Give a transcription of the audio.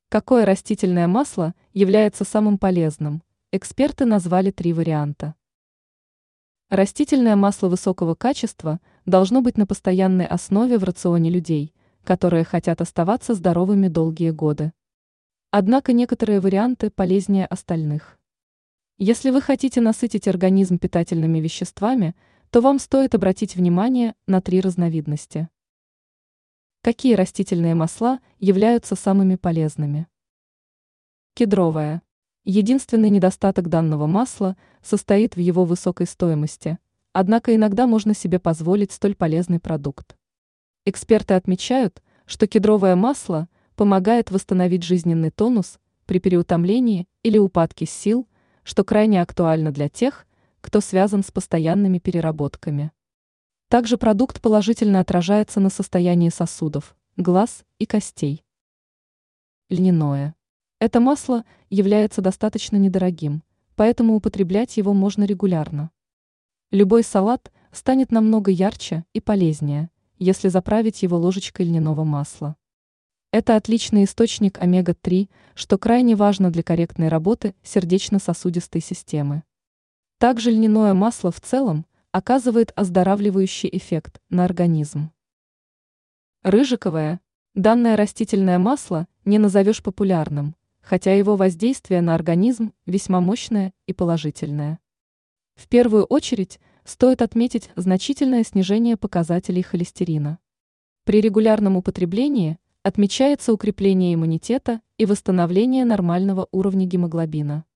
Какое растительное масло является самым полезным? Эксперты назвали 3 варианта. Растительное масло высокого качества должно быть на постоянной основе в рационе людей, которые хотят оставаться здоровыми долгие годы. Однако некоторые варианты полезнее остальных. Если вы хотите насытить организм питательными веществами, то вам стоит обратить внимание на 3 разновидности. Какие растительные масла являются самыми полезными? Кедровое. Единственный недостаток данного масла состоит в его высокой стоимости, однако иногда можно себе позволить столь полезный продукт. Эксперты отмечают, что кедровое масло помогает восстановить жизненный тонус при переутомлении или упадке сил, что крайне актуально для тех, кто связан с постоянными переработками. Также продукт положительно отражается на состоянии сосудов, глаз и костей. Льняное. Это масло является достаточно недорогим, поэтому употреблять его можно регулярно. Любой салат станет намного ярче и полезнее, если заправить его ложечкой льняного масла. Это отличный источник омега-3, что крайне важно для корректной работы сердечно-сосудистой системы. Также льняное масло в целом оказывает оздоравливающий эффект на организм. Рыжиковое. Данное растительное масло не назовешь популярным, хотя его воздействие на организм весьма мощное и положительное. В первую очередь стоит отметить значительное снижение показателей холестерина. При регулярном употреблении отмечается укрепление иммунитета и восстановление нормального уровня гемоглобина.